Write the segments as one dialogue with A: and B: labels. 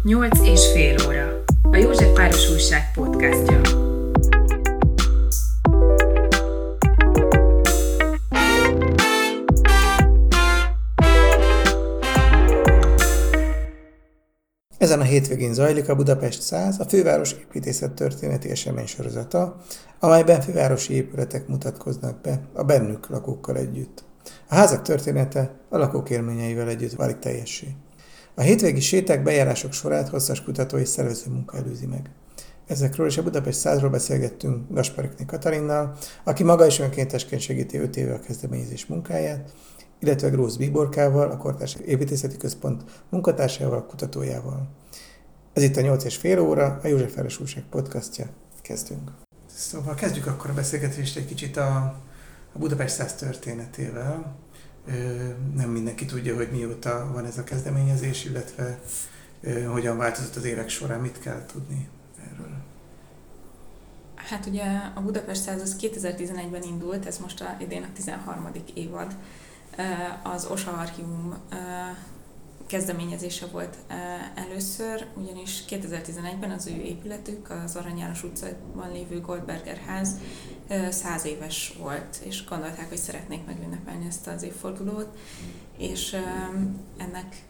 A: 8,5 óra. A Józsefváros Újság podcastja.
B: Ezen a hétvégén zajlik a Budapest 100, a főváros építészettörténeti eseménysorozata, amelyben fővárosi épületek mutatkoznak be a bennük lakókkal együtt. A házak története a lakók élményeivel együtt válik teljessé. A hétvégi séták bejárások sorát hosszas kutató és szervező munka előzi meg. Ezekről és a Budapest 100-ról beszélgettünk Gasparikné Katalinnal, aki maga is önkéntesként segíti 5 éve a kezdeményezés munkáját, illetve Grósz Bíborkával, a Kortárs Építészeti Központ munkatársával, kutatójával. Ez itt a 8,5 óra, a Józsefváros Újság podcastja. Kezdünk. Szóval kezdjük akkor a beszélgetést egy kicsit a Budapest 100 történetével. Nem mindenki tudja, hogy mióta van ez a kezdeményezés, illetve hogyan változott az évek során, mit kell tudni erről.
C: Hát ugye a Budapest 100 az 2011-ben indult, ez most idén a 13. évad. Az OSA Archívum kezdeményezése volt először, ugyanis 2011-ben az ő épületük, az Arany János utcában lévő Goldberger ház 100 éves volt, és gondolták, hogy szeretnék megünnepelni ezt az évfordulót, és ennek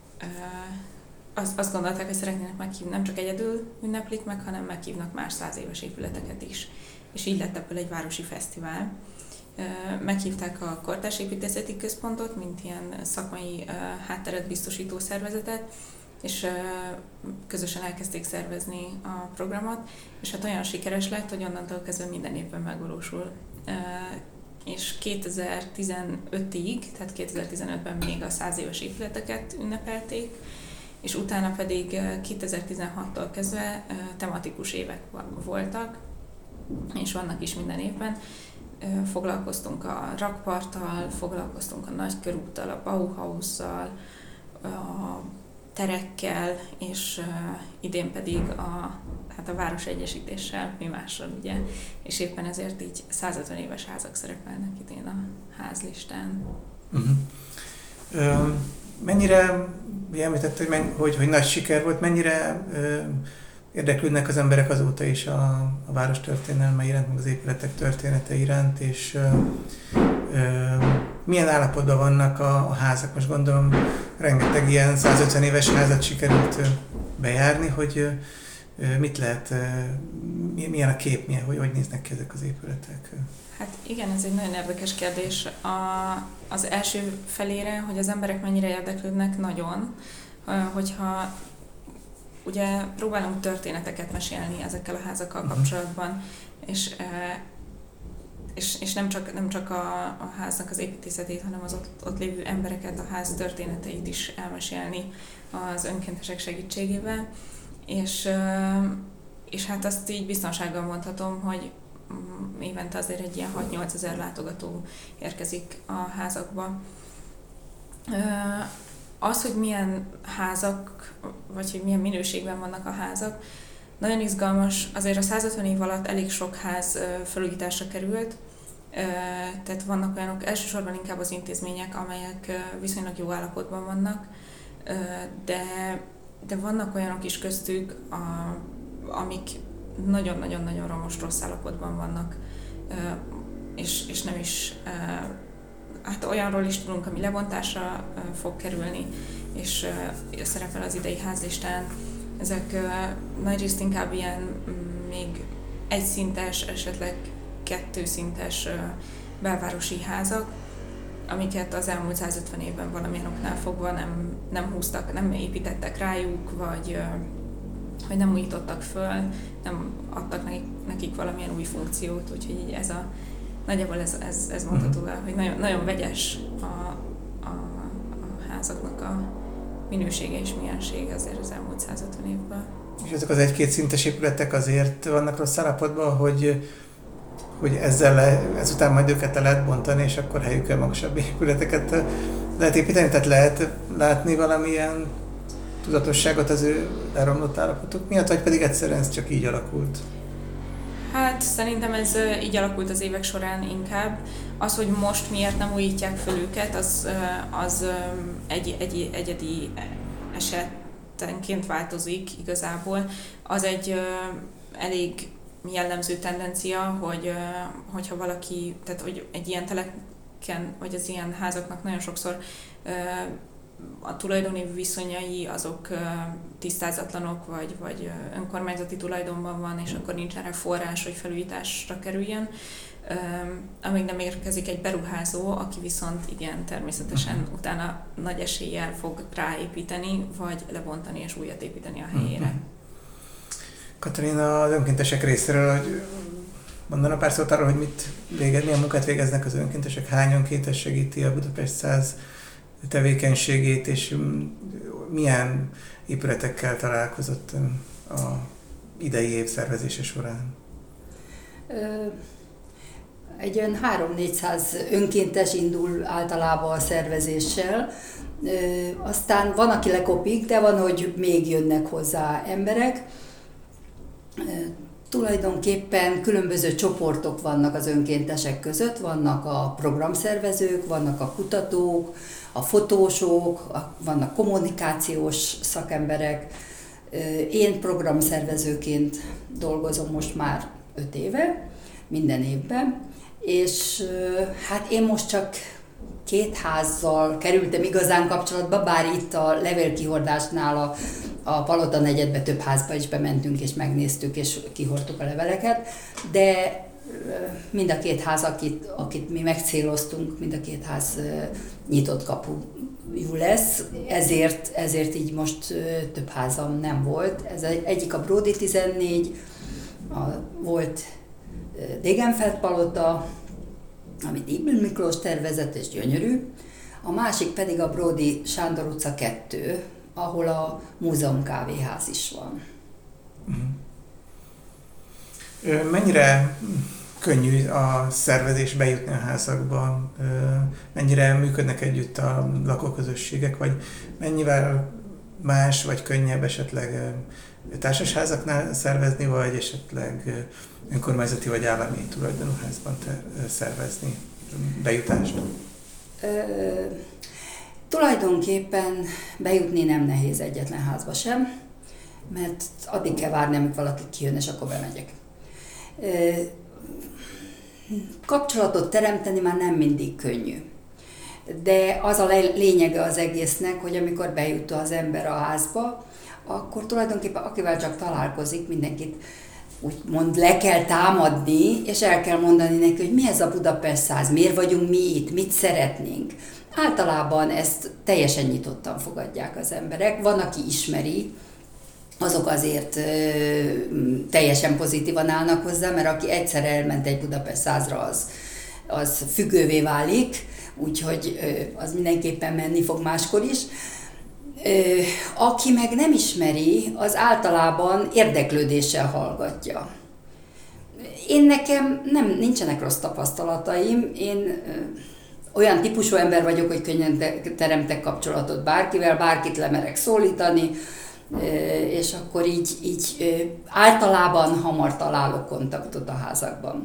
C: azt gondolták, hogy szeretnének meghívni, nem csak egyedül ünneplik meg, hanem meghívnak más 100 éves épületeket is. És így lett ebből egy városi fesztivál. Meghívták a Kortárs Építészeti Központot, mint ilyen szakmai hátteret biztosító szervezetet, és közösen elkezdték szervezni a programot, és hát olyan sikeres lett, hogy onnantól kezdve minden évben megvalósul. És 2015-ig, tehát 2015-ben még a 100 éves épületeket ünnepelték, és utána pedig 2016-tól kezdve tematikus évek voltak, és vannak is minden évben. Foglalkoztunk a Rakparttal, foglalkoztunk a Nagykörúttal, a Bauhausszal, a terekkel, és idén pedig a városegyesítéssel, mi mással, ugye, és éppen ezért így 150 éves házak szerepelnek idén a házlistán.
B: Mennyire, említett, hogy nagy siker volt, mennyire érdeklődnek az emberek azóta is a város történelme iránt, meg az épületek története iránt, és milyen állapotban vannak a házak? Most gondolom, rengeteg ilyen 150 éves házat sikerült bejárni, hogy mit lehet, milyen a kép, hogy néznek ki ezek az épületek?
C: Hát igen, ez egy nagyon érdekes kérdés. Az első felére, hogy az emberek mennyire érdeklődnek, nagyon, hogyha ugye próbálunk történeteket mesélni ezekkel a házakkal kapcsolatban, és nem csak a háznak az építészetét, hanem az ott lévő embereket, a ház történeteit is elmesélni az önkéntesek segítségével. És hát azt így biztonsággal mondhatom, hogy évente azért egy ilyen 6-8 ezer látogató érkezik a házakba. Az, hogy milyen házak, vagy hogy milyen minőségben vannak a házak, nagyon izgalmas. Azért a 150 év alatt elég sok ház felújításra került, tehát vannak olyanok, elsősorban inkább az intézmények, amelyek viszonylag jó állapotban vannak, de vannak olyanok is köztük, amik nagyon-nagyon-nagyon romos, rossz állapotban vannak, és nem is... Hát olyanról is tudunk, ami lebontásra fog kerülni, és szerepel az idei házlistán. Ezek nagyrészt inkább ilyen még egyszintes, esetleg kettőszintes belvárosi házak, amiket az elmúlt 150 évben valamilyen oknál fogva nem húztak, nem építettek rájuk, vagy nem újítottak föl, nem adtak nekik valamilyen új funkciót, úgyhogy így nagyjából ez mondható el, hogy nagyon, nagyon vegyes a házaknak a minősége és miensége azért az elmúlt 150 évben.
B: És ezek az egy-két szintes épületek azért vannak rossz állapotban, hogy ezután majd őket le lehet bontani, és akkor helyükkel magasabb épületeket lehet építeni, tehát lehet látni valamilyen tudatosságot az ő elromlott állapotuk miatt, vagy pedig egyszerűen ez csak így alakult?
C: Hát szerintem ez így alakult az évek során inkább. Az, hogy most miért nem újítják föl őket, az egy egyedi eset épületenként változik igazából. Az egy elég jellemző tendencia, hogyha valaki, tehát hogy egy ilyen teleken, vagy az ilyen házaknak nagyon sokszor a tulajdoni viszonyai azok tisztázatlanok, vagy önkormányzati tulajdonban van, és akkor nincs erre forrás, hogy felújításra kerüljön. Amíg nem érkezik egy beruházó, aki viszont igen, természetesen utána nagy eséllyel fog ráépíteni, vagy lebontani és újat építeni a helyére.
B: Katalina, az önkéntesek részéről, hogy mondana pár szót arról, hogy milyen munkát végeznek az önkéntesek, hány önkéntes segíti a Budapest 100 tevékenységét, és milyen épületekkel találkozott a idei év szervezése során?
D: Egy olyan 300-400 önkéntes indul általában a szervezéssel, aztán van, aki lekopik, de van, hogy még jönnek hozzá emberek. Tulajdonképpen különböző csoportok vannak az önkéntesek között, vannak a programszervezők, vannak a kutatók, a fotósok, vannak kommunikációs szakemberek. Én programszervezőként dolgozom most már 5 éve, minden évben, és hát én most csak 2 házzal kerültem igazán kapcsolatba, bár itt a levélkihordásnál a Palota negyedbe több házba is bementünk és megnéztük és kihordtuk a leveleket, de mind a 2 ház, akit mi megcéloztunk, mind a 2 ház nyitott kapujú lesz, ezért így most több házam nem volt. Ez egyik a Bródi 14, volt Degenfeld Palota, amit Ybl Miklós tervezett és gyönyörű, a másik pedig a Bródi Sándor utca 2, ahol a múzeum kávéház is van.
B: Mennyire könnyű a szervezés bejutni a házakba? Mennyire működnek együtt a lakóközösségek, vagy mennyivel más vagy könnyebb esetleg társasházaknál szervezni, vagy esetleg önkormányzati vagy állami tulajdonú házban szervezni bejutást?
D: Tulajdonképpen bejutni nem nehéz egyetlen házba sem, mert addig kell várni, amíg valaki kijön, és akkor bemegyek. Kapcsolatot teremteni már nem mindig könnyű. De az a lényege az egésznek, hogy amikor bejut az ember a házba, akkor tulajdonképpen akivel csak találkozik, mindenkit úgymond le kell támadni, és el kell mondani neki, hogy mi ez a Budapest 100, miért vagyunk mi itt, mit szeretnénk. Általában ezt teljesen nyitottan fogadják az emberek. Van, aki ismeri, azok azért teljesen pozitívan állnak hozzá, mert aki egyszer elment egy Budapest 100-ra, az függővé válik, úgyhogy az mindenképpen menni fog máskor is. Aki meg nem ismeri, az általában érdeklődéssel hallgatja. Nekem nincsenek rossz tapasztalataim, én olyan típusú ember vagyok, hogy könnyen teremtek kapcsolatot bárkivel, bárkit lemerek szólítani, és akkor így általában hamar találok kontaktot a házakban.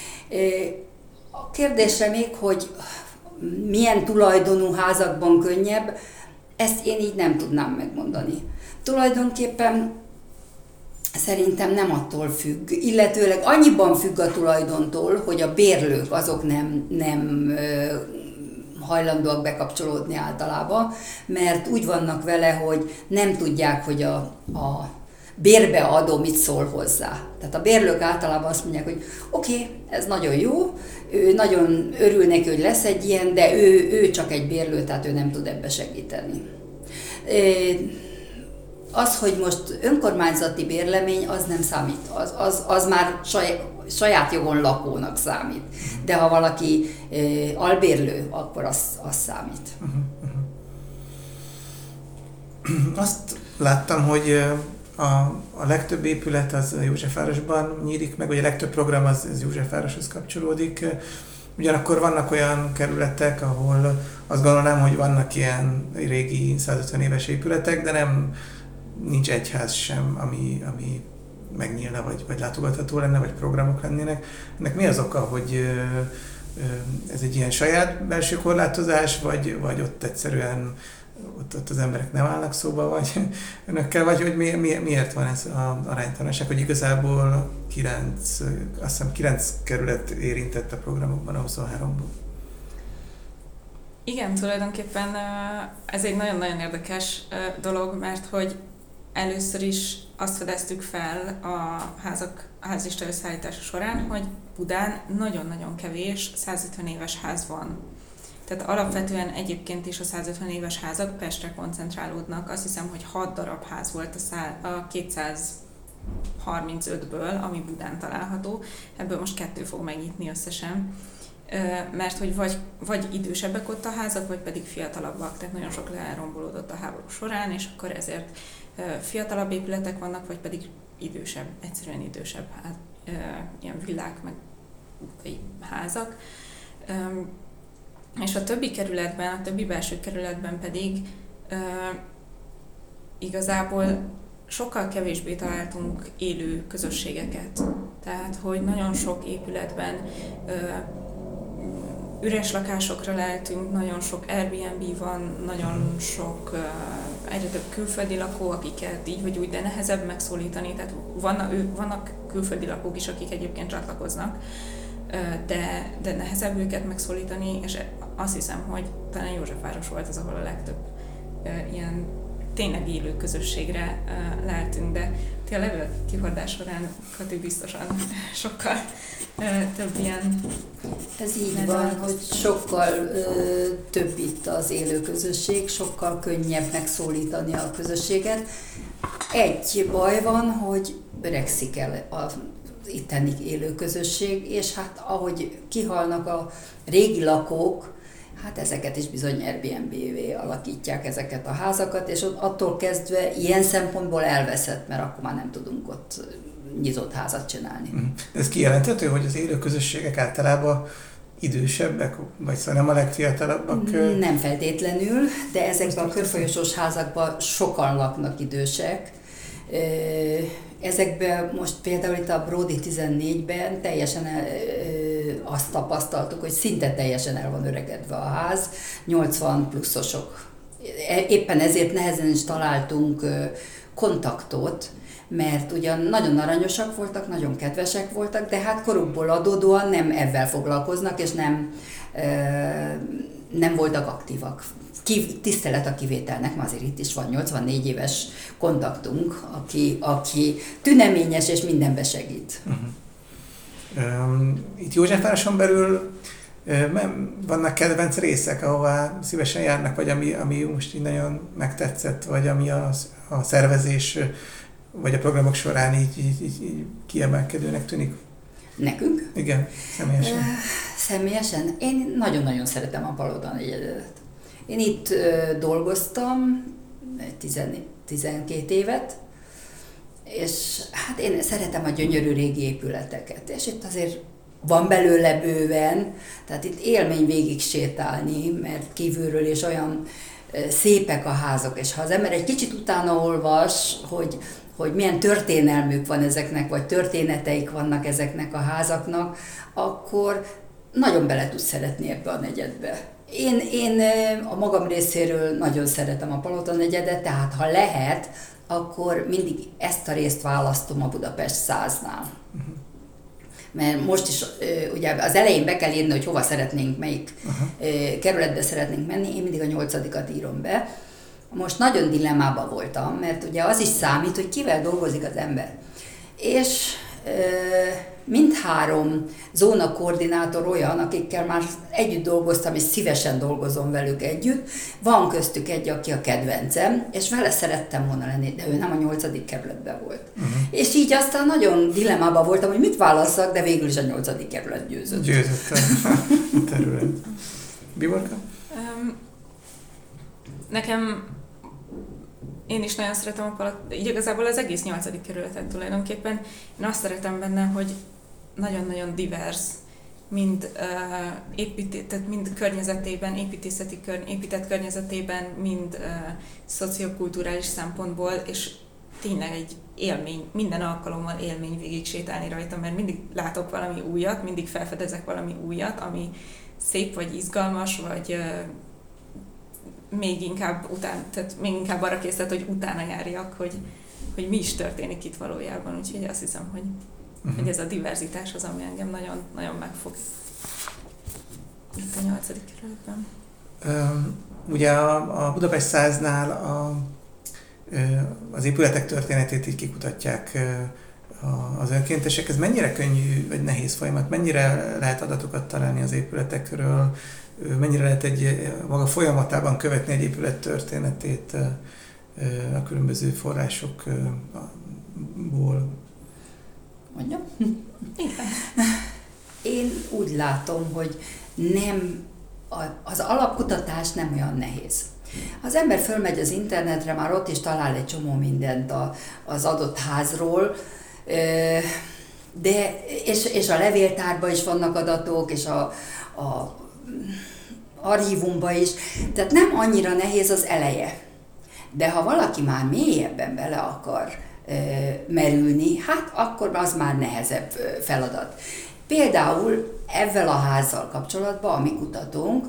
D: A kérdésre még, hogy milyen tulajdonú házakban könnyebb, ezt én így nem tudnám megmondani. Tulajdonképpen szerintem nem attól függ, illetőleg annyiban függ a tulajdontól, hogy a bérlők azok nem hajlandóak bekapcsolódni általában, mert úgy vannak vele, hogy nem tudják, hogy a bérbeadó mit szól hozzá. Tehát a bérlők általában azt mondják, hogy oké, ez nagyon jó, ő nagyon örül neki, hogy lesz egy ilyen, de ő csak egy bérlő, tehát ő nem tud ebbe segíteni. Az, hogy most önkormányzati bérlemény, az nem számít, az már saját jogon lakónak számít. De ha valaki albérlő, akkor az számít.
B: Azt láttam, hogy a legtöbb épület az Józsefvárosban nyílik meg, vagy a legtöbb program az Józsefvároshoz kapcsolódik. Ugyanakkor vannak olyan kerületek, ahol azt gondolnám, hogy vannak ilyen régi 150 éves épületek, de nincs egy ház sem, ami megnyílna, vagy látogatható lenne, vagy programok lennének. Ennek mi az oka, hogy ez egy ilyen saját belső korlátozás, vagy ott egyszerűen ott az emberek nem állnak szóba, vagy önökkel, vagy hogy miért van ez az aránytalanság, hogy igazából 9 kerület érintett a programokban a 23-ból.
C: Igen, tulajdonképpen ez egy nagyon-nagyon érdekes dolog, mert hogy először is azt fedeztük fel a házista összeállítása során, hogy Budán nagyon-nagyon kevés 150 éves ház van. Tehát alapvetően egyébként is a 150 éves házak Pestre koncentrálódnak. Azt hiszem, hogy 6 darab ház volt a 235-ből, ami Budán található. Ebből most 2 fog megnyitni összesen. Mert hogy vagy idősebbek ott a házak, vagy pedig fiatalabbak. Tehát nagyon sok elrombolódott a háború során, és akkor ezért fiatalabb épületek vannak, vagy pedig egyszerűen idősebb ilyen villák, meg házak. És a többi kerületben, a többi belső kerületben pedig igazából sokkal kevésbé találtunk élő közösségeket. Tehát, hogy nagyon sok épületben üres lakásokra leltünk, nagyon sok Airbnb van, nagyon sok egyre több külföldi lakó, akiket így vagy úgy, de nehezebb megszólítani. Tehát vannak külföldi lakók is, akik egyébként csatlakoznak, de nehezebb őket megszólítani, és azt hiszem, hogy talán Józsefváros volt az, ahol a legtöbb ilyen tényleg élő közösségre leltünk, de ti a levél kihordás során, Kati, biztosan sokkal több ilyen...
D: Ez így van, hogy sokkal több itt az élő közösség, sokkal könnyebb megszólítani a közösséget. Egy baj van, hogy öregszik el az itteni élő közösség, és hát ahogy kihalnak a régi lakók, hát ezeket is bizony Airbnb-vé alakítják ezeket a házakat, és attól kezdve ilyen szempontból elveszett, mert akkor már nem tudunk ott nyitott házat csinálni.
B: Ez kijelenthető, hogy az élő közösségek általában idősebbek, vagy szóval nem a legfiatalabbak?
D: Nem feltétlenül, de ezekben a körfolyosós házakban sokan laknak idősek. Ezekben most például itt a Bródi 14-ben teljesen azt tapasztaltuk, hogy szinte teljesen el van öregedve a ház, 80 pluszosok. Éppen ezért nehezen is találtunk kontaktot, mert ugyan nagyon aranyosak voltak, nagyon kedvesek voltak, de hát korukból adódóan nem ebben foglalkoznak, és nem voltak aktívak. Tisztelet a kivételnek, már azért itt is van 84 éves kontaktunk, aki tüneményes és mindenbe segít.
B: Itt Józsefvároson belül vannak kedvenc részek, ahová szívesen járnak, vagy ami most így nagyon megtetszett, vagy ami a szervezés, vagy a programok során így kiemelkedőnek tűnik?
D: Nekünk?
B: Igen, személyesen.
D: Személyesen? Én nagyon-nagyon szeretem a Palota negyedet. Én itt dolgoztam 12 évet, és hát én szeretem a gyönyörű régi épületeket, és itt azért van belőle bőven, tehát itt élmény végig sétálni, mert kívülről is olyan szépek a házak, és ha az ember egy kicsit utána olvas, hogy milyen történelmük van ezeknek, vagy történeteik vannak ezeknek a házaknak, akkor nagyon bele tud szeretni ebbe a negyedbe. Én a magam részéről nagyon szeretem a Palota negyedet, tehát ha lehet, akkor mindig ezt a részt választom a Budapest 100-nál. Mert most is ugye az elején be kell írni, hogy hova szeretnénk, melyik kerületbe szeretnénk menni, én mindig a 8-at írom be. Most nagyon dilemmában voltam, mert ugye az is számít, hogy kivel dolgozik az ember. És mindhárom zónakoordinátor olyan, akikkel már együtt dolgoztam, és szívesen dolgozom velük együtt. Van köztük egy, aki a kedvencem, és vele szerettem volna lenni, de ő nem a 8. kerületben volt. És így aztán nagyon dilemmában voltam, hogy mit válasszak, de végül is a 8. kerület győzött.
B: Győzött a terület. Biborka?
C: Nekem én is nagyon szeretem a Palotát, így igazából az egész 8. kerületet tulajdonképpen. Én azt szeretem benne, hogy nagyon-nagyon divers, mind környezetében, épített környezetében, mind szociokulturális szempontból, és tényleg egy élmény, minden alkalommal élmény végig sétálni rajta, mert mindig látok valami újat, mindig felfedezek valami újat, ami szép, vagy izgalmas, vagy még inkább arra készített, hogy utána járjak, hogy mi is történik itt valójában. Úgyhogy azt hiszem, hogy ez a diverzitás az, ami engem nagyon, nagyon megfog itt a 8. kerületben.
B: Ugye a Budapest 100-nál az épületek történetét így kikutatják az önkéntesek. Ez mennyire könnyű vagy nehéz folyamat? Mennyire lehet adatokat találni az épületekről? Mennyire lehet maga folyamatában követni egy épület történetét a különböző forrásokból?
D: Mondjam? Én úgy látom, hogy az alapkutatás nem olyan nehéz. Az ember fölmegy az internetre, már ott is talál egy csomó mindent az adott házról, és a levéltárban is vannak adatok, és a archívumban is, tehát nem annyira nehéz az eleje. De ha valaki már mélyebben bele akar merülni, hát akkor az már nehezebb feladat. Például ezzel a házzal kapcsolatban, ami kutatónk,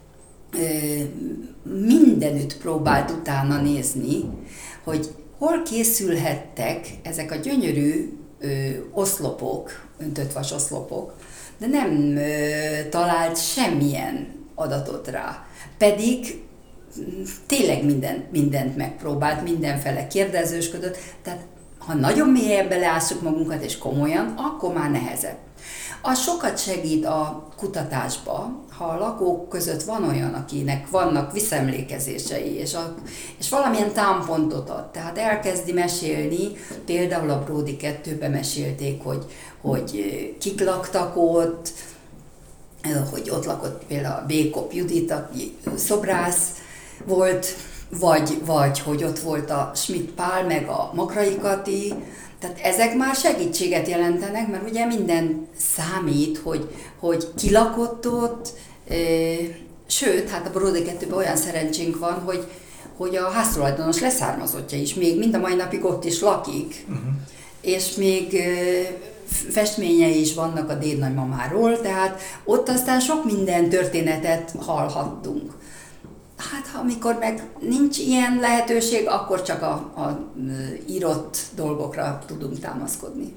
D: mindenütt próbált utána nézni, hogy hol készülhettek ezek a gyönyörű oszlopok, öntött vas oszlopok, de nem talált semmilyen adatot rá. Pedig tényleg mindent megpróbált, mindenfele kérdezősködött, tehát ha nagyon mélyen beleássuk magunkat és komolyan, akkor már nehezebb. Az sokat segít a kutatásba, ha a lakók között van olyan, akinek vannak visszaemlékezései, és valamilyen támpontot ad. Tehát elkezdi mesélni, például a Bródi 2-ben mesélték, hogy kik laktak ott, hogy ott lakott például a Békop Judit, aki szobrász volt, vagy hogy ott volt a Schmidt Pál, meg a Makrai Kati. Tehát ezek már segítséget jelentenek, mert ugye minden számít, hogy ki lakott ott, sőt, hát a Bródi 2-ben olyan szerencsénk van, hogy a háztulajdonos leszármazottja is még mind a mai napig ott is lakik, és még festményei is vannak a dédnagymamáról, tehát ott aztán sok minden történetet hallhattunk. Hát, amikor meg nincs ilyen lehetőség, akkor csak a írott dolgokra tudunk támaszkodni.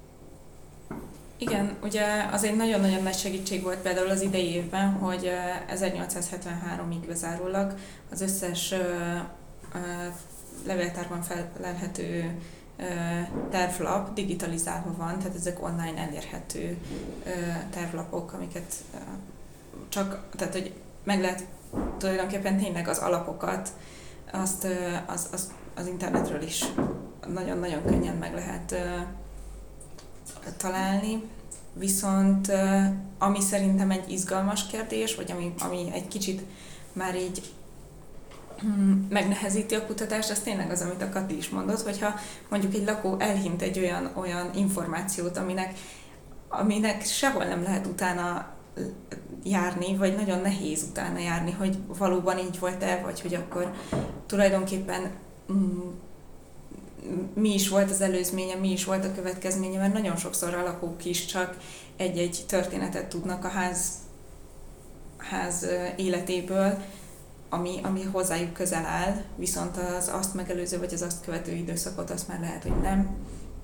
C: Igen, ugye azért nagyon-nagyon nagy segítség volt például az idei évben, hogy 1873-ig bezárólag az összes levéltárban felelhető tervlap digitalizálva van, tehát ezek online elérhető tervlapok, amiket tehát hogy meg lehet tulajdonképpen tényleg az alapokat, az internetről is nagyon-nagyon könnyen meg lehet találni. Viszont ami szerintem egy izgalmas kérdés, vagy ami egy kicsit már így megnehezíti a kutatást, az tényleg az, amit a Kati is mondott, hogyha mondjuk egy lakó elhint egy olyan információt, aminek sehol nem lehet utána járni, vagy nagyon nehéz utána járni, hogy valóban így volt-e, vagy hogy akkor tulajdonképpen mi is volt az előzménye, mi is volt a következménye, mert nagyon sokszor a lakók is csak egy-egy történetet tudnak a ház életéből, ami hozzájuk közel áll, viszont az azt megelőző, vagy az azt követő időszakot azt már lehet, hogy nem.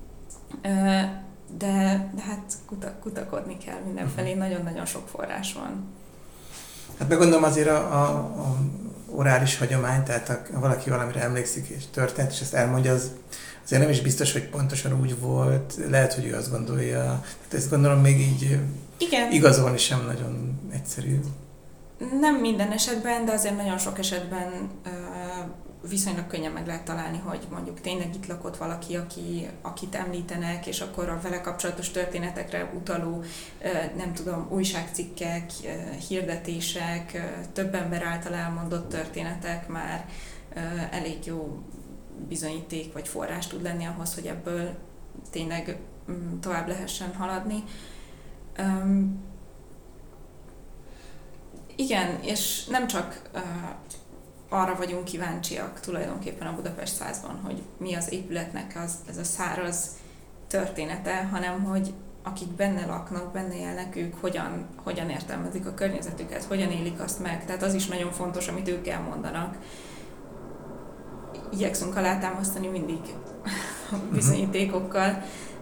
C: De hát kutakodni kell mindenfelé, nagyon-nagyon sok forrás van.
B: Hát meg gondolom azért a orális hagyomány, tehát ha valaki valamire emlékszik és történt, és ezt elmondja, az azért nem is biztos, hogy pontosan úgy volt, lehet, hogy ő azt gondolja. Tehát ezt gondolom még így igen, igazolni sem nagyon egyszerű.
C: Nem minden esetben, de azért nagyon sok esetben viszonylag könnyen meg lehet találni, hogy mondjuk tényleg itt lakott valaki, akit említenek, és akkor a vele kapcsolatos történetekre utaló, nem tudom, újságcikkek, hirdetések, több ember által elmondott történetek már elég jó bizonyíték vagy forrás tud lenni ahhoz, hogy ebből tényleg tovább lehessen haladni. Igen, és nem csak arra vagyunk kíváncsiak tulajdonképpen a Budapest 100-ban, hogy mi az épületnek ez a száraz története, hanem hogy akik benne laknak, benne élnek, ők hogyan értelmezik a környezetüket, hogyan élik azt meg. Tehát az is nagyon fontos, amit ők elmondanak. Igyekszünk alátámasztani mindig bizonyítékokkal,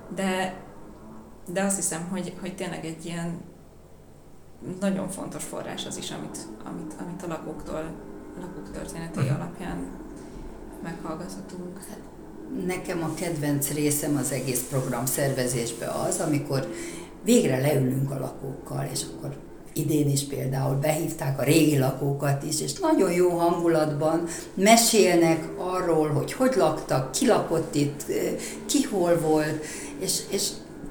C: de azt hiszem, hogy tényleg egy ilyen nagyon fontos forrás az is, amit a lakók történetei alapján meghallgathatunk.
D: Nekem a kedvenc részem az egész program szervezésben az, amikor végre leülünk a lakókkal, és akkor idén is például behívták a régi lakókat is, és nagyon jó hangulatban mesélnek arról, hogy laktak, ki lakott itt, ki hol volt, és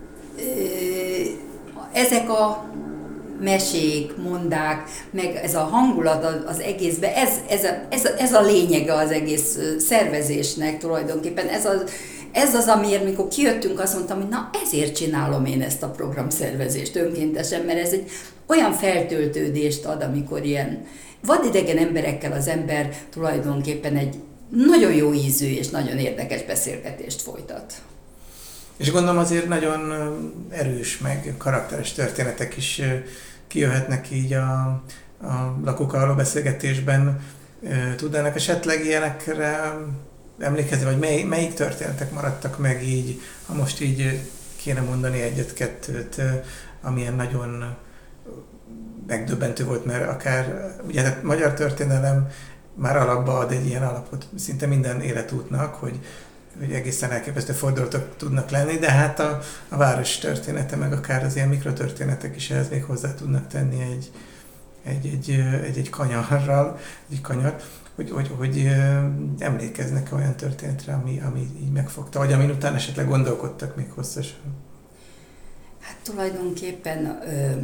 D: ezek a mesék, mondák, meg ez a hangulat az egészben, ez a lényege az egész szervezésnek tulajdonképpen. Ez az, amiért mikor kijöttünk, azt mondtam, hogy na ezért csinálom én ezt a programszervezést önkéntesen, mert ez egy olyan feltöltődést ad, amikor ilyen vadidegen emberekkel az ember tulajdonképpen egy nagyon jó ízű és nagyon érdekes beszélgetést folytat.
B: És gondolom azért nagyon erős, meg karakteres történetek is kijöhetnek így a lakókkal való beszélgetésben. Tudnának esetleg ilyenekre emlékezni, vagy melyik történetek maradtak meg így, ha most így kéne mondani egyet-kettőt, amilyen nagyon megdöbbentő volt, mert akár ugye a magyar történelem már alapba ad egy ilyen alapot szinte minden életútnak, hogy egészen elképesztő fordulatok tudnak lenni, de hát a város története, meg akár az ilyen mikrotörténetek is ehhez még hozzá tudnak tenni egy kanyarral, egy kanyart, hogy emlékeznek olyan történetre, ami így megfogta, vagy amin után esetleg gondolkodtak még hosszasan.
D: Hát tulajdonképpen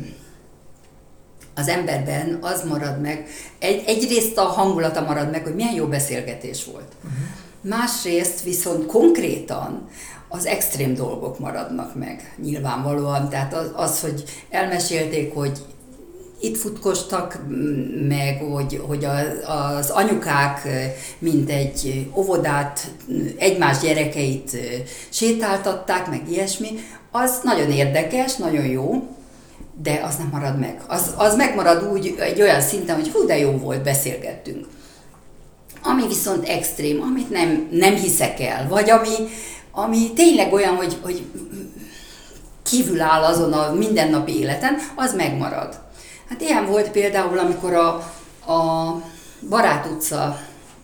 D: az emberben az marad meg, egyrészt a hangulata marad meg, hogy milyen jó beszélgetés volt. Másrészt viszont konkrétan az extrém dolgok maradnak meg nyilvánvalóan. Tehát az hogy elmesélték, hogy itt futkostak meg, hogy az anyukák, mint egy óvodát, egymás gyerekeit sétáltatták, meg ilyesmi, az nagyon érdekes, nagyon jó, de az nem marad meg. Az megmarad úgy egy olyan szinten, hogy hú, de jó volt, beszélgettünk. Ami viszont extrém, amit nem hiszek el, vagy ami tényleg olyan, hogy kívül áll azon a mindennapi életen, az megmarad. Hát ilyen volt például, amikor a Barát utca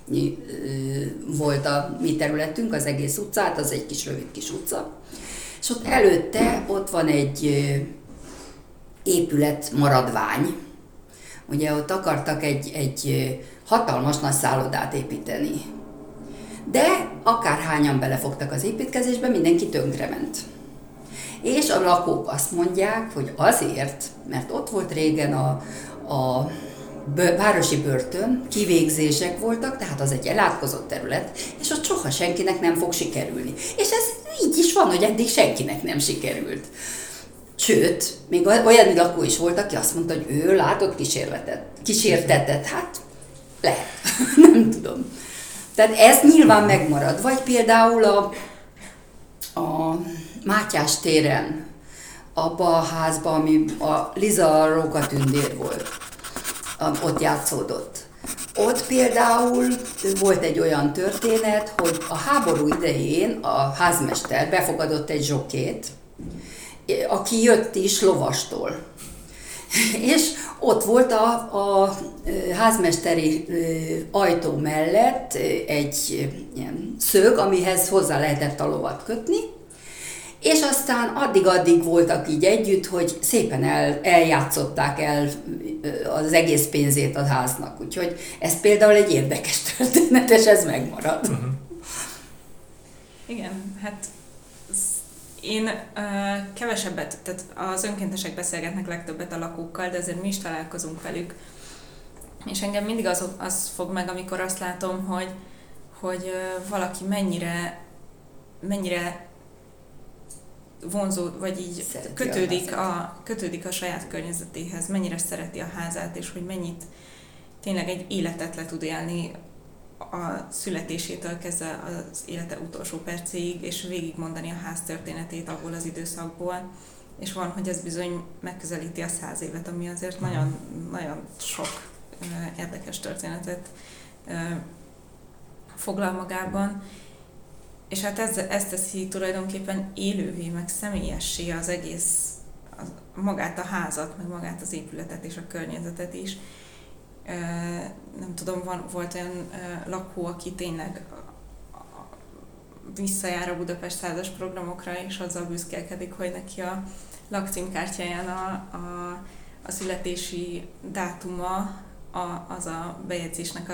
D: volt a mi területünk, az egész utcát, az egy rövid kis utca, és ott előtte ott van egy épület maradvány. Ugye ott akartak egy hatalmas nagy szállodát építeni. De akárhányan belefogtak az építkezésbe, mindenki tönkrement. És a lakók azt mondják, hogy azért, mert ott volt régen a városi börtön, kivégzések voltak, tehát az egy elátkozott terület, és ott soha senkinek nem fog sikerülni. És ez így is van, hogy eddig senkinek nem sikerült. Sőt, még olyan lakó is volt, aki azt mondta, hogy ő látott kísértetet. Hát lehet, nem tudom. Tehát ez nyilván megmarad. Vagy például a Mátyás téren, abban a házban, ami a Liza Róka tündér volt, ott játszódott. Ott például volt egy olyan történet, hogy a háború idején a házmester befogadott egy zsokét, aki jött is lovastól. És ott volt a házmesteri ajtó mellett egy ilyen szög, amihez hozzá lehetett a lovat kötni, és aztán addig voltak így együtt, hogy szépen eljátszották el az egész pénzét a háznak. Úgyhogy ez például egy érdekes történet, és ez megmarad. Uh-huh.
C: Igen, hát én kevesebbet, tehát az önkéntesek beszélgetnek legtöbbet a lakókkal, de azért mi is találkozunk velük. És engem mindig az fog meg, amikor azt látom, hogy valaki mennyire vonzó, vagy így kötődik a saját környezetéhez, mennyire szereti a házát, és hogy mennyit tényleg egy életet le tud élni a születésétől kezdve az élete utolsó percéig, és végigmondani a ház történetét abból az időszakból. és van, hogy ez bizony megközelíti a 100 évet, ami azért nagyon, nagyon sok érdekes történetet foglal magában. És hát ez teszi tulajdonképpen élővé, meg személyessé az egész, magát a házat, meg magát az épületet és a környezetet is. Nem tudom, volt olyan lakó, aki tényleg visszajár a Budapest 100-as programokra, és azzal büszkélkedik, hogy neki a lakcímkártyáján a születési dátuma az a bejegyzésnek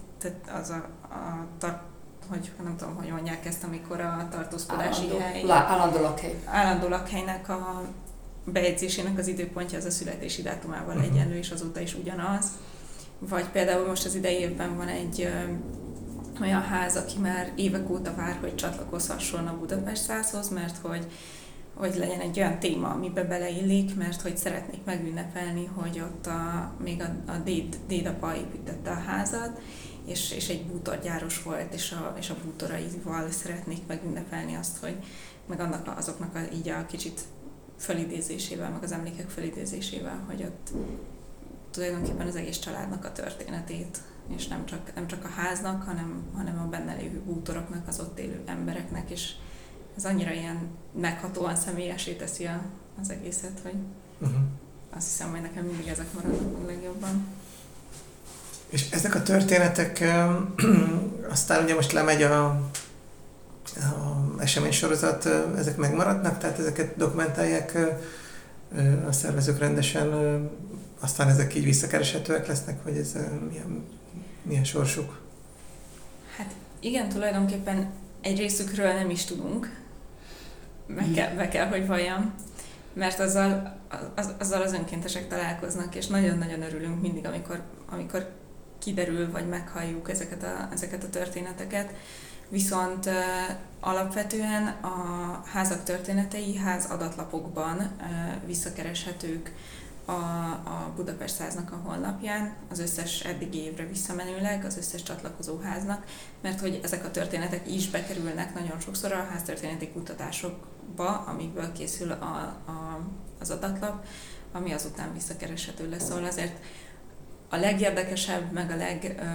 C: hogy nem tudom, hogy mondják ezt, amikor a tartózkodási hely. Állandó lakhelynek a bejegyzésének az időpontja az a születési dátumával egyenlő, és azóta is ugyanaz. Vagy például most az idei évben van egy olyan ház, aki már évek óta vár, hogy csatlakozhasson a Budapest 100-hoz, mert hogy legyen egy olyan téma, amibe beleillik, mert hogy szeretnék megünnepelni, hogy ott még a dédapa építette a házat, és egy bútorgyáros volt, és a bútoraival szeretnék megünnepelni azt, hogy meg azoknak így a kicsit fölidézésével, meg az emlékek fölidézésével, hogy ott tulajdonképpen az egész családnak a történetét, és nem csak a háznak, hanem a benne lévő bútoroknak, az ott élő embereknek, és ez annyira ilyen meghatóan személyessé teszi az egészet, hogy azt hiszem, hogy nekem mindig ezek maradnak a legjobban.
B: És ezek a történetek aztán ugye most lemegy a eseménysorozat, ezek megmaradnak, tehát ezeket dokumentálják a szervezők rendesen, aztán ezek így visszakereshetőek lesznek, vagy ez milyen sorsuk?
C: Hát igen, tulajdonképpen egy részükről nem is tudunk, be kell, hogy valljam, mert azzal az önkéntesek találkoznak, és nagyon-nagyon örülünk mindig, amikor kiderül, vagy meghalljuk ezeket a történeteket. Viszont alapvetően a házak történetei házadatlapokban visszakereshetők a Budapest 100-nak a honlapján, az összes eddigi évre visszamenőleg, az összes csatlakozó háznak, mert hogy ezek a történetek is bekerülnek nagyon sokszor a háztörténeti kutatásokba, amikből készül az adatlap, ami azután visszakereshető lesz. Szóval azért a legérdekesebb, meg a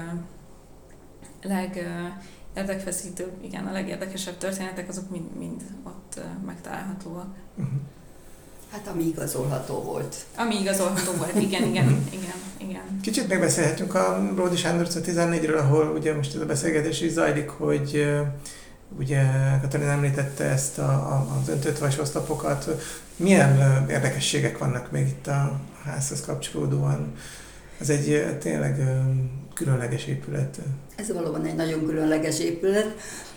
C: legérdekfeszítőbb, igen, a legérdekesebb történetek, azok mind ott megtalálhatóak.
D: Hát ami igazolható volt.
C: Ami igazolható volt, igen.
B: Kicsit megbeszélhetünk a Bródy Sándor 14-ről, ahol ugye most ez a beszélgetés is zajlik, hogy ugye Katalin említette ezt az öntött vasoszlapokat. Milyen érdekességek vannak még itt a házhoz kapcsolódóan? Ez egy tényleg különleges épület. Ez
D: valóban egy nagyon különleges épület.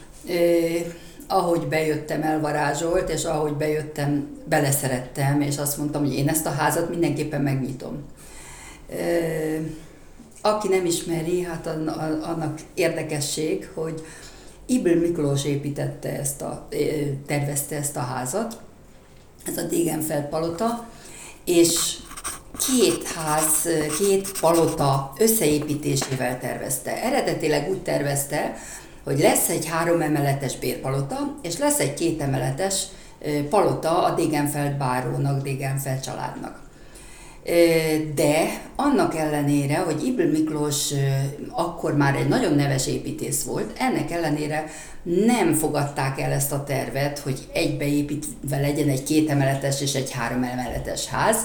D: Ahogy bejöttem, elvarázsolt, és ahogy bejöttem, beleszerettem, és azt mondtam, hogy én ezt a házat mindenképpen megnyitom. Aki nem ismeri, hát annak érdekesség, hogy Ybl Miklós tervezte ezt a házat, ez a Degenfeld palota, és két palota összeépítésével tervezte. Eredetileg úgy tervezte, hogy lesz egy 3 emeletes bérpalota, és lesz egy 2 emeletes palota a Degenfeld bárónak, Degenfeld családnak. De annak ellenére, hogy Ybl Miklós akkor már egy nagyon neves építész volt, ennek ellenére nem fogadták el ezt a tervet, hogy egybeépítve legyen egy 2 emeletes és egy 3 emeletes ház,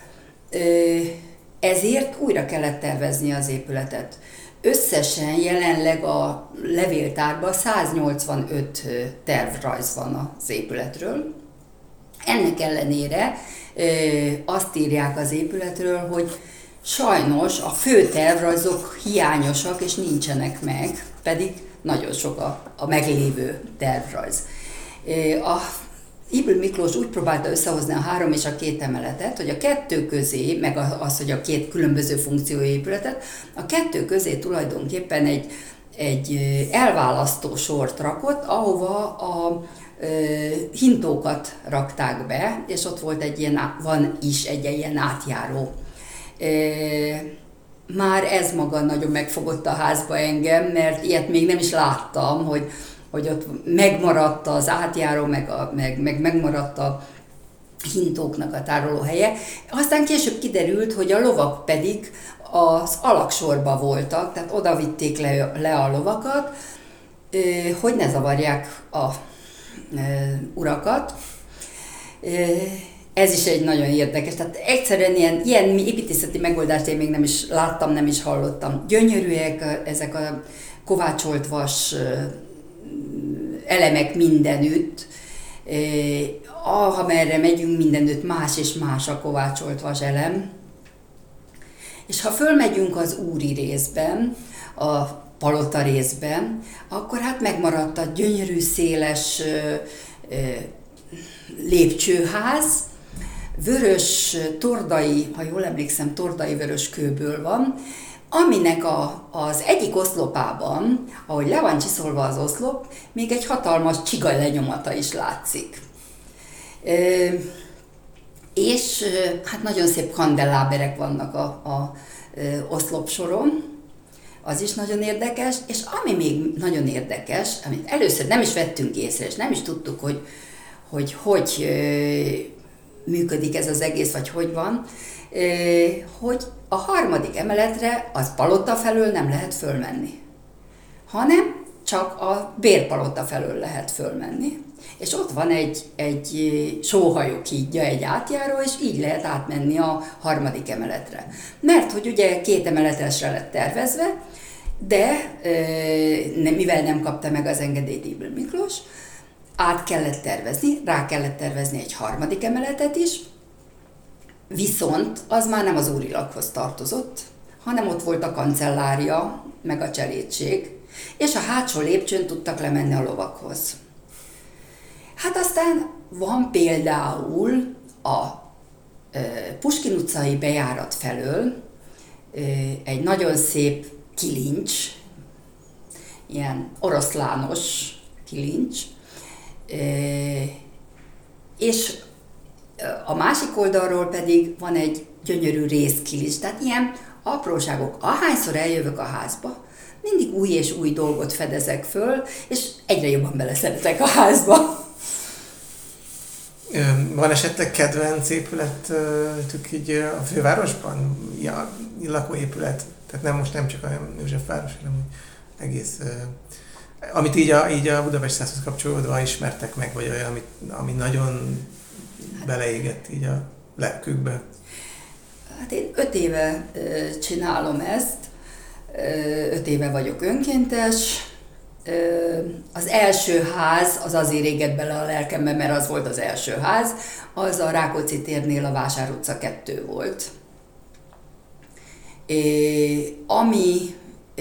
D: ezért újra kellett tervezni az épületet. Összesen jelenleg a levéltárban 185 tervrajz van az épületről. Ennek ellenére azt írják az épületről, hogy sajnos a fő tervrajzok hiányosak és nincsenek meg, pedig nagyon sok a meglévő tervrajz. Ybl Miklós úgy próbálta összehozni a 3 és a 2 emeletet, hogy a 2 közé, meg az, hogy a 2 különböző funkciói épületet, a 2 közé tulajdonképpen egy elválasztó sort rakott, ahova a hintókat rakták be, és ott volt van is egy ilyen átjáró. Már ez maga nagyon megfogott a házba engem, mert ilyet még nem is láttam, hogy ott megmaradt az átjáró, meg megmaradt hintóknak a tárolóhelye. Aztán később kiderült, hogy a lovak pedig az alaksorba voltak, tehát oda vitték le a lovakat, hogy ne zavarják a urakat. Ez is egy nagyon érdekes, tehát egyszerűen ilyen építészeti megoldást én még nem is láttam, nem is hallottam. Gyönyörűek ezek a kovácsolt vas elemek mindenütt, amerre megyünk, mindenütt más és más a kovácsolt vas elem. És ha fölmegyünk az úri részben, a palota részben, akkor hát megmaradt a gyönyörű, széles lépcsőház, vörös tordai, ha jól emlékszem, tordai vörös kőből van, aminek az egyik oszlopában, ahogy le van csiszolva az oszlop, még egy hatalmas csiga lenyomata is látszik. És hát nagyon szép kandelláberek vannak a oszlopsoron, az is nagyon érdekes, és ami még nagyon érdekes, amit először nem is vettünk észre, és nem is tudtuk, hogy működik ez az egész, vagy hogy van, hogy a 3. emeletre az palota felől nem lehet fölmenni, hanem csak a bérpalota felől lehet fölmenni. És ott van egy sóhajó hídja, egy átjáró, és így lehet átmenni a 3. emeletre. Mert hogy ugye 2 emeletesre lett tervezve, de mivel nem kapta meg az engedélyt Ybl Miklós, át kellett tervezni, rá kellett tervezni egy 3. emeletet is, viszont az már nem az úrilaghoz tartozott, hanem ott volt a kancellária, meg a cselédség, és a hátsó lépcsőn tudtak lemenni a lovakhoz. Hát aztán van például a Puskin utcai bejárat felől egy nagyon szép kilincs, ilyen oroszlános kilincs, és a másik oldalról pedig van egy gyönyörű részkilincs, tehát ilyen apróságok. Ahányszor eljövök a házba, mindig új és új dolgot fedezek föl, és egyre jobban beleszeretek a házba.
B: Van esetleg kedvenc épületük így a fővárosban? Ja, lakóépület? Tehát nem csak a Józsefváros, hanem egész... Amit így a Budapest 100-hoz kapcsolódva ismertek meg, vagy olyan, ami nagyon beleégett így a lelkükbe?
D: Hát én 5 éve csinálom ezt, 5 éve vagyok önkéntes. Az első ház az azért égett bele a lelkembe, mert az volt az első ház, az a Rákóczi térnél a Vásár utca 2 volt. Ami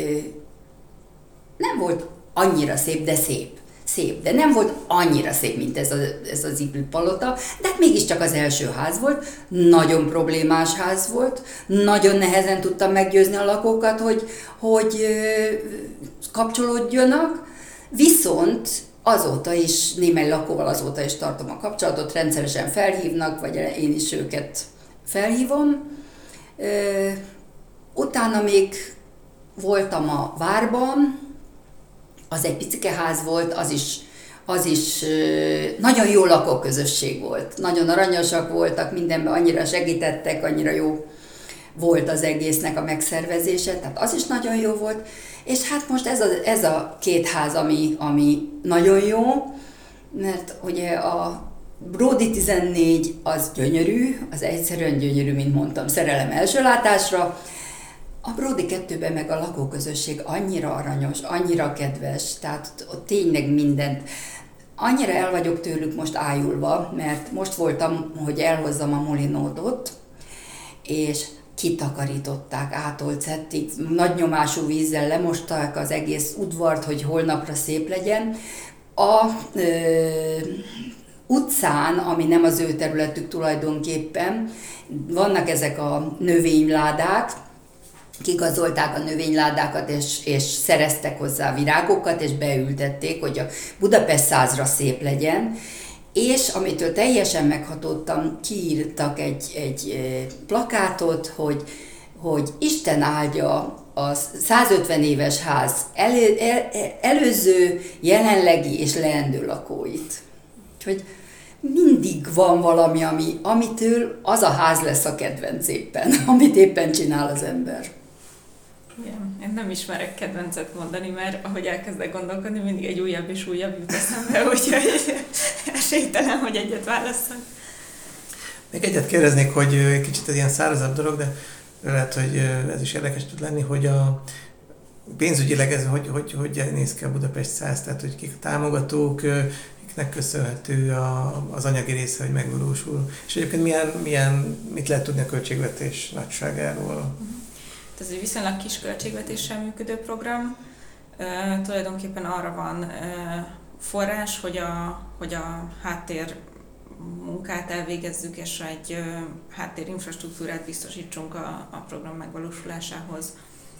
D: nem volt annyira szép, de szép. De nem volt annyira szép, mint ez az Ybl palota, de hát mégiscsak az első ház volt, nagyon problémás ház volt, nagyon nehezen tudtam meggyőzni a lakókat, hogy kapcsolódjanak, viszont azóta is, némely lakóval azóta is tartom a kapcsolatot, rendszeresen felhívnak, vagy én is őket felhívom. Utána még voltam a Várban, az egy picike ház volt, az is nagyon jó lakóközösség volt. Nagyon aranyosak voltak, mindenben annyira segítettek, annyira jó volt az egésznek a megszervezése, tehát az is nagyon jó volt. És hát most ez a 2 ház, ami nagyon jó, mert ugye a Bródi 14 az gyönyörű, az egyszerűen gyönyörű, mint mondtam, szerelem első látásra. A Bródi 2-ben meg a lakóközösség annyira aranyos, annyira kedves, tehát ott tényleg mindent. Annyira el vagyok tőlük most ájulva, mert most voltam, hogy elhozzam a molinódot, és kitakarították ától cettig, nagy nyomású vízzel lemosták az egész udvart, hogy holnapra szép legyen. A utcán, ami nem az ő területük tulajdonképpen, vannak ezek a növényládák, kigazolták a növényládákat, és szereztek hozzá virágokat, és beültették, hogy a Budapest 100-ra szép legyen, és amitől teljesen meghatódtam, kiírtak egy plakátot, hogy Isten áldja a 150 éves ház előző, jelenlegi és leendő lakóit. Úgyhogy mindig van valami, amitől az a ház lesz a kedvenc éppen, amit éppen csinál az ember.
C: Igen, én nem ismerek kedvencet mondani, mert ahogy elkezdek gondolkodni, mindig egy újabb és újabb jut eszembe, úgyhogy esélytelen, hogy egyet válasszak.
B: Még egyet kérdeznék, hogy egy kicsit ez ilyen szárazabb dolog, de lehet, hogy ez is érdekes tud lenni, hogy a pénzügyileg ez hogy néz ki a Budapest 100, tehát hogy kik a támogatók, kiknek köszönhető az anyagi része, hogy megvalósul. És egyébként mit lehet tudni a költségvetés nagyságáról?
C: Ez egy viszonylag kis költségvetéssel működő program. Tulajdonképpen arra van forrás, hogy a háttér munkát elvégezzük, és egy háttérinfrastruktúrát biztosítsunk a program megvalósulásához.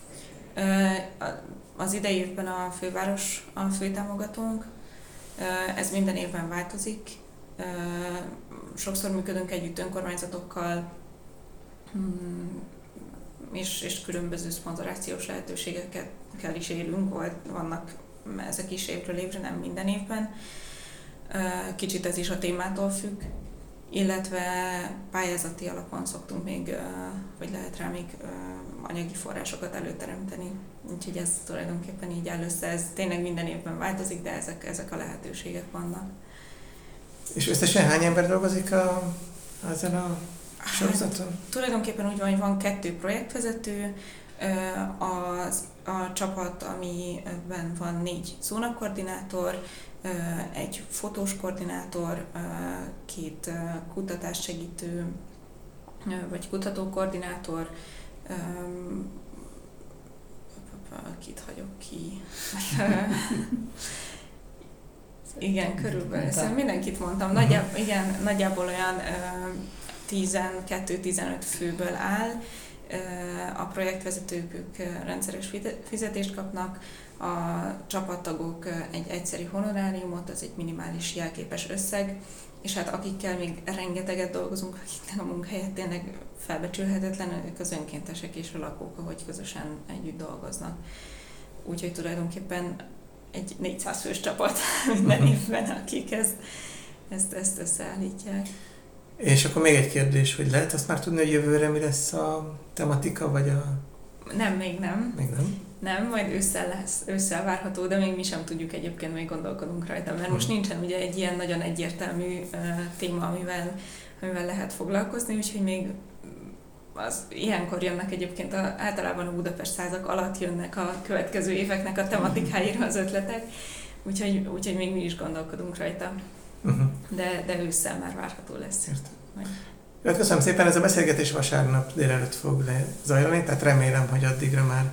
C: Az idei évben a főváros a főtámogatónk, ez minden évben változik. Sokszor működünk együtt önkormányzatokkal, és különböző szponzorációs lehetőségekkel is élünk, vannak ezek is évről évre, nem minden évben. Kicsit ez is a témától függ, illetve pályázati alapon szoktunk még, vagy lehet rá még anyagi forrásokat előteremteni. Úgyhogy ez tulajdonképpen így áll össze, ez tényleg minden évben változik, de ezek a lehetőségek vannak. És
B: összesen hány ember dolgozik ezen a sorozaton?
C: Tulajdonképpen úgy van, hogy van 2 projektvezető, a csapat, amiben van 4 zónakoordinátor, egy fotós koordinátor, 2 kutatássegítő, vagy kutatókoordinátor, kit hagyok ki? Igen, körülbelül. Szóval mindenkit mondtam. Nagyjából olyan 12-15 főből áll. A projektvezetők rendszeres fizetést kapnak, a csapattagok egy egyszeri honoráriumot, az egy minimális jelképes összeg, és hát akikkel még rengeteget dolgozunk, akiknek a munkáját tényleg felbecsülhetetlen, ők az önkéntesek és a lakók, ahogy közösen együtt dolgoznak. Úgyhogy tulajdonképpen egy 400 fős csapat minden évben, akik ezt összeállítják.
B: És akkor még egy kérdés, hogy lehet azt már tudni, hogy jövőre mi lesz a tematika, vagy a...
C: Nem, még nem.
B: Még nem?
C: Nem, majd ősszel várható, de még mi sem tudjuk, egyébként még gondolkodunk rajta, mert most nincsen ugye egy ilyen nagyon egyértelmű téma, amivel lehet foglalkozni, úgyhogy még ilyenkor jönnek egyébként általában a Budapest 100-ak alatt jönnek a következő éveknek a tematikáira az ötletek, úgyhogy még mi is gondolkodunk rajta. De ősszel már várható lesz.
B: Jó, köszönöm szépen, ez a beszélgetés vasárnap délelőtt fog lezajlani, tehát remélem, hogy addigra már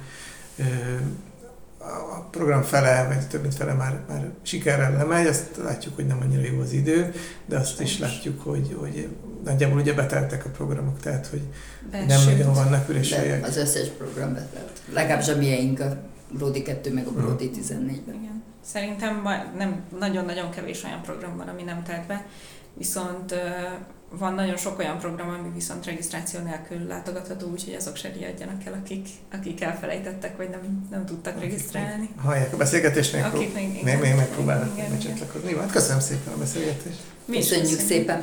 B: a program fele, vagy több mint fele már sikerrel lemegy, azt látjuk, hogy nem annyira jó az idő, de azt is látjuk, hogy nagyjából ugye beteltek a programok, tehát hogy nem nagyon vannak üres helyek.
D: Az összes program betelt. Legalábbis a miénk, a Brody 2 meg a Brody 14-ben.
C: Igen. Szerintem nem, nagyon-nagyon kevés olyan program van, ami nem telt be, viszont van nagyon sok olyan program, ami viszont regisztráció nélkül látogatható, úgyhogy azok se riadjanak el, akik elfelejtettek, vagy nem tudtak regisztrálni.
B: Hallják a beszélgetést, még megpróbálnak csatlakozni. Hát köszönöm szépen a beszélgetést.
D: Köszönjük szépen!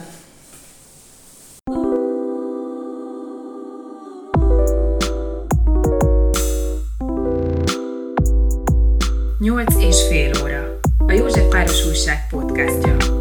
A: 8,5 óra. A József Város Újság podcastja.